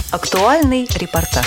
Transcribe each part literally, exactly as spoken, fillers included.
Актуальный репортаж.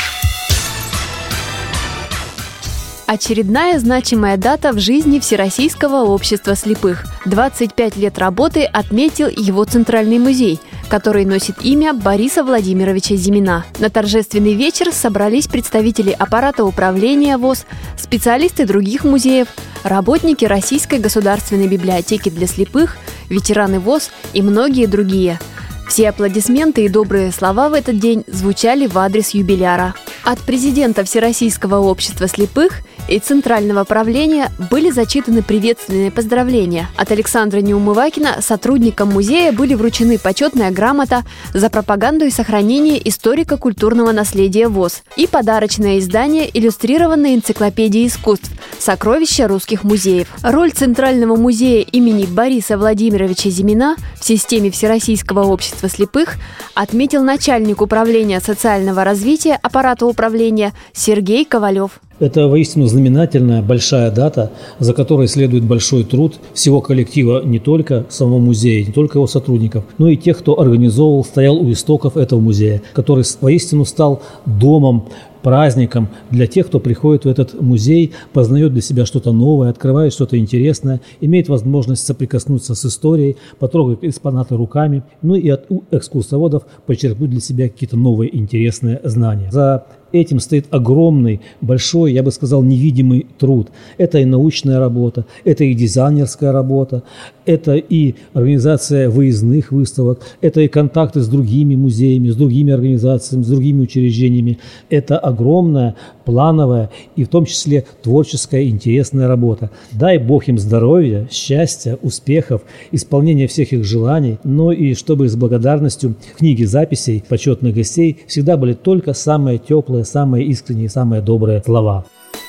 Очередная значимая дата в жизни Всероссийского общества слепых. двадцать пять лет работы отметил его Центральный музей, который носит имя Бориса Владимировича Зимина. На торжественный вечер собрались представители аппарата управления ВОС, специалисты других музеев, работники Российской государственной библиотеки для слепых, ветераны ВОС и многие другие. Все аплодисменты и добрые слова в этот день звучали в адрес юбиляра. От президента Всероссийского общества слепых и Центрального правления были зачитаны приветственные поздравления. От Александра Неумывакина сотрудникам музея были вручены почетная грамота за пропаганду и сохранение историко-культурного наследия ВОС и подарочное издание иллюстрированной энциклопедии искусств «Сокровища русских музеев». Роль Центрального музея имени Бориса Владимировича Зимина в системе Всероссийского общества слепых отметил начальник управления социального развития аппарата управления Сергей Ковалев. Это воистину знаменательная большая дата, за которой следует большой труд всего коллектива не только самого музея, не только его сотрудников, но и тех, кто организовывал, стоял у истоков этого музея, который воистину стал домом, праздником для тех, кто приходит в этот музей, познает для себя что-то новое, открывает что-то интересное, имеет возможность соприкоснуться с историей, потрогать экспонаты руками, ну и от экскурсоводов почерпнуть для себя какие-то новые интересные знания. За этим стоит огромный, большой, я бы сказал, невидимый труд. Это и научная работа, это и дизайнерская работа, это и организация выездных выставок, это и контакты с другими музеями, с другими организациями, с другими учреждениями. Это огромная, плановая и в том числе творческая, интересная работа. Дай Бог им здоровья, счастья, успехов, исполнения всех их желаний, но и чтобы с благодарностью книги записей почетных гостей всегда были только самые теплые, самые искренние, самые добрые слова.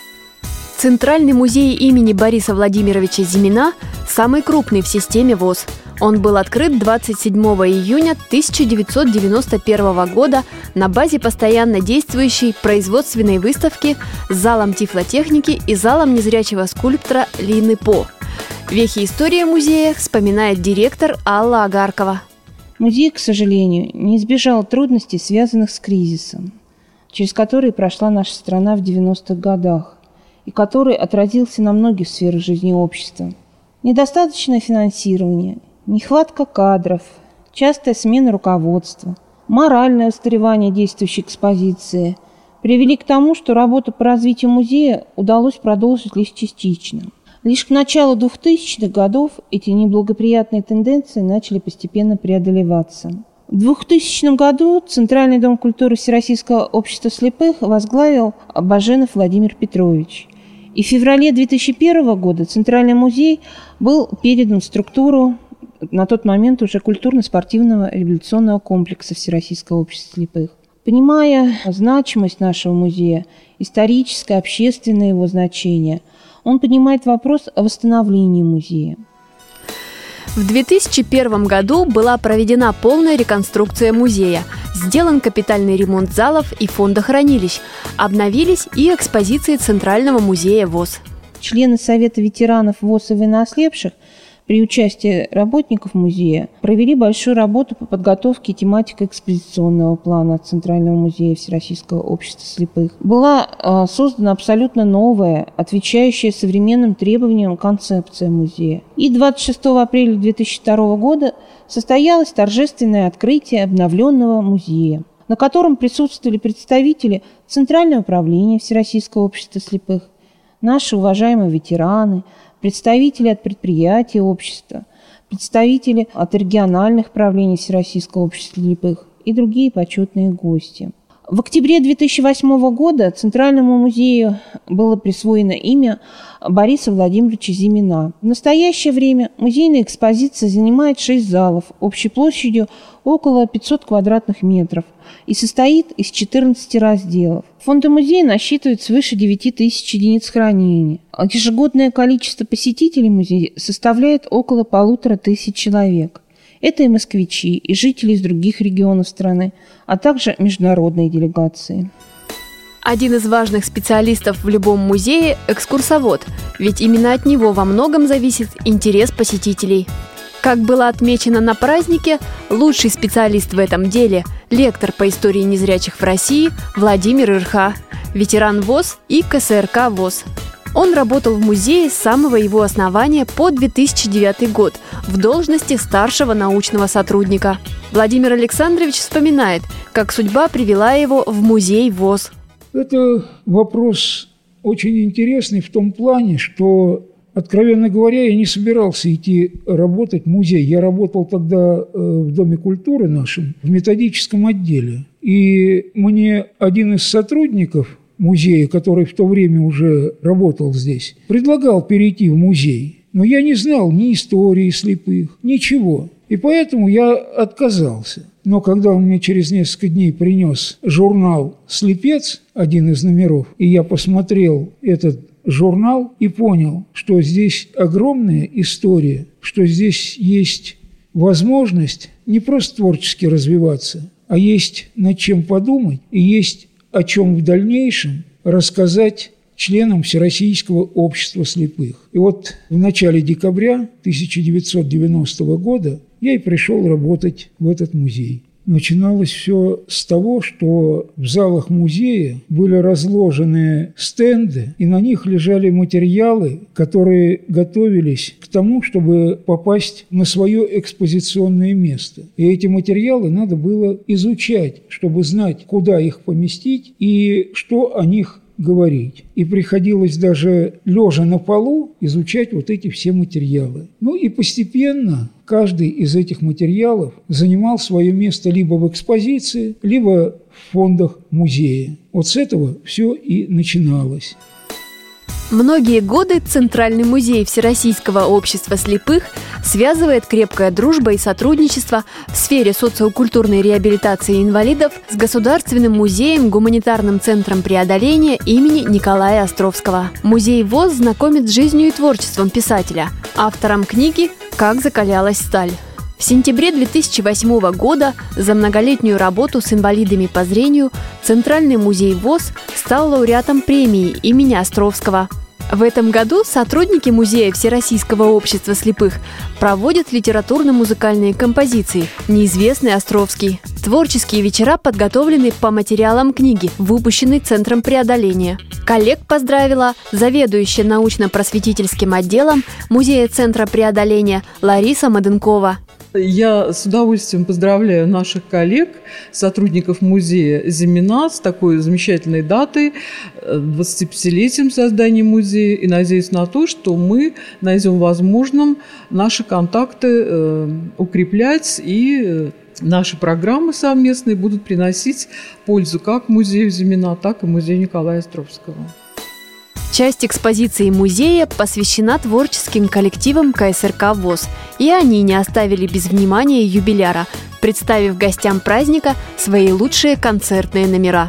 Центральный музей имени Бориса Владимировича Зимина самый крупный в системе ВОС. Он был открыт двадцать седьмого июня тысяча девятьсот девяносто первого года на базе постоянно действующей производственной выставки с залом тифлотехники и залом незрячего скульптора Лины По. Вехи истории музея вспоминает директор Алла Агаркова. Музей, к сожалению, не избежал трудностей, связанных с кризисом, через который прошла наша страна в девяностых годах, и который отразился на многих сферах жизни общества. Недостаточное финансирование, нехватка кадров, частая смена руководства, моральное устаревание действующей экспозиции привели к тому, что работу по развитию музея удалось продолжить лишь частично. Лишь к началу двухтысячных годов эти неблагоприятные тенденции начали постепенно преодолеваться. В двухтысячном году Центральный дом культуры Всероссийского общества слепых возглавил Баженов Владимир Петрович. И в феврале две тысячи первого года Центральный музей был передан в структуру на тот момент уже культурно-спортивного революционного комплекса Всероссийского общества слепых. Понимая значимость нашего музея, историческое, общественное его значение, он поднимает вопрос о восстановлении музея. В две тысячи первом году была проведена полная реконструкция музея, сделан капитальный ремонт залов и фондохранилищ, обновились и экспозиции Центрального музея ВОС. Члены Совета ветеранов ВОС и военнослепших при участии работников музея провели большую работу по подготовке тематико-экспозиционного плана Центрального музея Всероссийского общества слепых. Была э, создана абсолютно новая, отвечающая современным требованиям концепция музея. И двадцать шестого апреля две тысячи второго года состоялось торжественное открытие обновленного музея, на котором присутствовали представители Центрального управления Всероссийского общества слепых, наши уважаемые ветераны, представители от предприятий общества, представители от региональных правлений Всероссийского общества слепых и другие почетные гости. В октябре две тысячи восьмого года Центральному музею было присвоено имя Бориса Владимировича Зимина. В настоящее время музейная экспозиция занимает шесть залов общей площадью около пятьсот квадратных метров и состоит из четырнадцати разделов. Фонды музея насчитывают свыше девяти тысяч единиц хранения. Ежегодное количество посетителей музея составляет около полутора тысяч человек. Это и москвичи, и жители из других регионов страны, а также международные делегации. Один из важных специалистов в любом музее – экскурсовод, ведь именно от него во многом зависит интерес посетителей. Как было отмечено на празднике, лучший специалист в этом деле, лектор по истории незрячих в России Владимир Ирха, ветеран ВОС и КСРК ВОС. Он работал в музее с самого его основания по две тысячи девятый год в должности старшего научного сотрудника. Владимир Александрович вспоминает, как судьба привела его в музей ВОС. Это вопрос очень интересный в том плане, что, откровенно говоря, я не собирался идти работать в музей. Я работал тогда в Доме культуры нашем, в методическом отделе. И мне один из сотрудников музея, который в то время уже работал здесь, предлагал перейти в музей. Но я не знал ни истории слепых, ничего. И поэтому я отказался. Но когда он мне через несколько дней принес журнал «Слепец», один из номеров, и я посмотрел этот журнал и понял, что здесь огромная история, что здесь есть возможность не просто творчески развиваться, а есть над чем подумать и есть о чем в дальнейшем рассказать членам Всероссийского общества слепых. И вот в начале декабря тысяча девятьсот девяностого года я и пришел работать в этот музей. Начиналось все с того, что в залах музея были разложены стенды, и на них лежали материалы, которые готовились к тому, чтобы попасть на свое экспозиционное место. И эти материалы надо было изучать, чтобы знать, куда их поместить и что о них говорить. И приходилось даже лежа на полу изучать вот эти все материалы. Ну и постепенно каждый из этих материалов занимал свое место либо в экспозиции, либо в фондах музея. Вот с этого все и начиналось. Многие годы Центральный музей Всероссийского общества слепых связывает крепкая дружба и сотрудничество в сфере социокультурной реабилитации инвалидов с Государственным музеем гуманитарным центром преодоления имени Николая Островского. Музей ВОС знакомит с жизнью и творчеством писателя, автором книги «Как закалялась сталь». В сентябре две тысячи восьмого года за многолетнюю работу с инвалидами по зрению Центральный музей ВОС стал лауреатом премии имени Островского. В этом году сотрудники Музея Всероссийского общества слепых проводят литературно-музыкальные композиции «Неизвестный Островский». Творческие вечера подготовлены по материалам книги, выпущенной Центром преодоления. Коллег поздравила заведующая научно-просветительским отделом Музея Центра преодоления Лариса Маденкова. Я с удовольствием поздравляю наших коллег, сотрудников музея Зимина с такой замечательной датой, двадцатипятилетием создания музея, и надеюсь на то, что мы найдем возможным наши контакты э, укреплять, и наши программы совместные будут приносить пользу как музею Зимина, так и музею Николая Островского. Часть экспозиции музея посвящена творческим коллективам КСРК ВОС, и они не оставили без внимания юбиляра, представив гостям праздника свои лучшие концертные номера.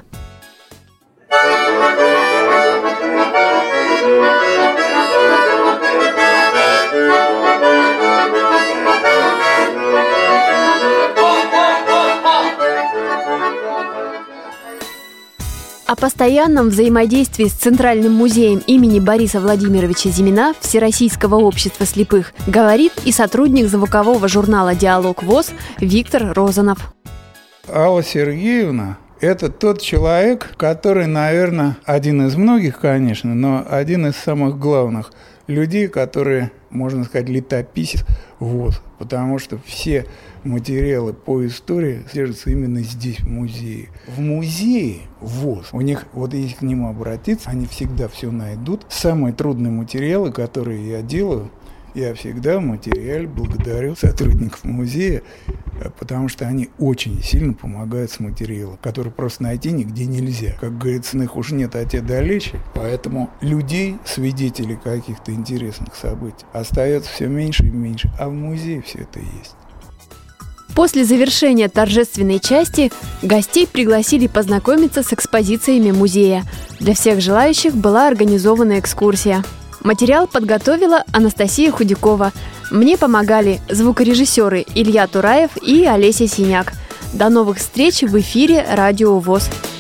О постоянном взаимодействии с Центральным музеем имени Бориса Владимировича Зимина Всероссийского общества слепых говорит и сотрудник звукового журнала «Диалог ВОС» Виктор Розанов. Алла Сергеевна – это тот человек, который, наверное, один из многих, конечно, но один из самых главных людей, которые, можно сказать, летописец ВОС, потому что все материалы по истории содержатся именно здесь, в музее. В музее ВОС, у них, вот если к ним обратиться, они всегда все найдут. Самые трудные материалы, которые я делаю, я всегда в материале благодарю сотрудников музея, потому что они очень сильно помогают с материалом, который просто найти нигде нельзя. Как говорится, их уж нет, а те далече. Поэтому людей, свидетелей каких-то интересных событий, остается все меньше и меньше, а в музее все это есть. После завершения торжественной части гостей пригласили познакомиться с экспозициями музея. Для всех желающих была организована экскурсия. Материал подготовила Анастасия Худякова. Мне помогали звукорежиссеры Илья Тураев и Олеся Синяк. До новых встреч в эфире Радио ВОС.